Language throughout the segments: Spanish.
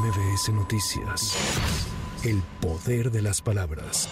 MBS Noticias. El poder de las palabras.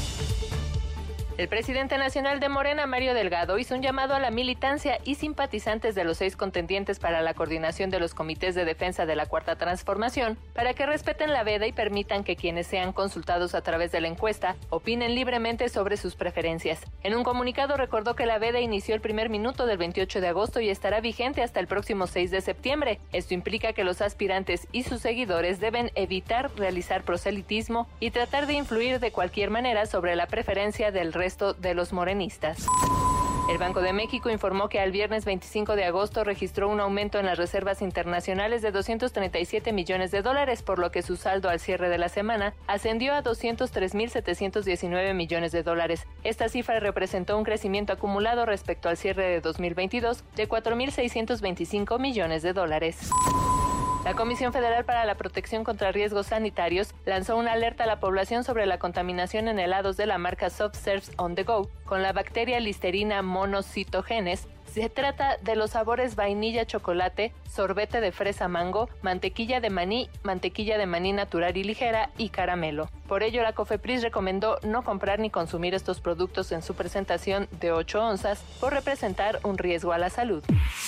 El presidente nacional de Morena, Mario Delgado, hizo un llamado a la militancia y simpatizantes de los 6 contendientes para la coordinación de los comités de defensa de la Cuarta Transformación para que respeten la veda y permitan que quienes sean consultados a través de la encuesta opinen libremente sobre sus preferencias. En un comunicado recordó que la veda inició el primer minuto del 28 de agosto y estará vigente hasta el próximo 6 de septiembre. Esto implica que los aspirantes y sus seguidores deben evitar realizar proselitismo y tratar de influir de cualquier manera sobre la preferencia del resto de los morenistas. El Banco de México informó que al viernes 25 de agosto registró un aumento en las reservas internacionales de $237 millones, por lo que su saldo al cierre de la semana ascendió a $203,719 millones. Esta cifra representó un crecimiento acumulado respecto al cierre de 2022 de $4,625 millones. La Comisión Federal para la Protección contra Riesgos Sanitarios lanzó una alerta a la población sobre la contaminación en helados de la marca Soft Serves On The Go con la bacteria Listerina monocytogenes. Se trata de los sabores vainilla chocolate, sorbete de fresa mango, mantequilla de maní natural y ligera y caramelo. Por ello, la COFEPRIS recomendó no comprar ni consumir estos productos en su presentación de 8 onzas por representar un riesgo a la salud.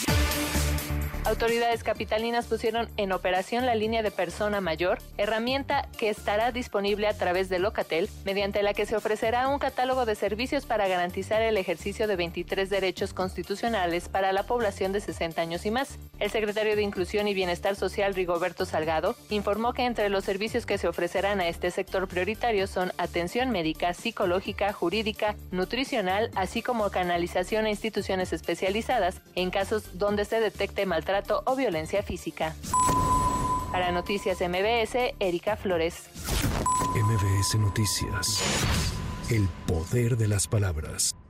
Autoridades capitalinas pusieron en operación la línea de persona mayor, herramienta que estará disponible a través de Locatel, mediante la que se ofrecerá un catálogo de servicios para garantizar el ejercicio de 23 derechos constitucionales para la población de 60 años y más. El secretario de Inclusión y Bienestar Social, Rigoberto Salgado, informó que entre los servicios que se ofrecerán a este sector prioritario son atención médica, psicológica, jurídica, nutricional, así como canalización a instituciones especializadas en casos donde se detecte maltrato o violencia física. Para Noticias MBS, Erika Flores. MBS Noticias. El poder de las palabras.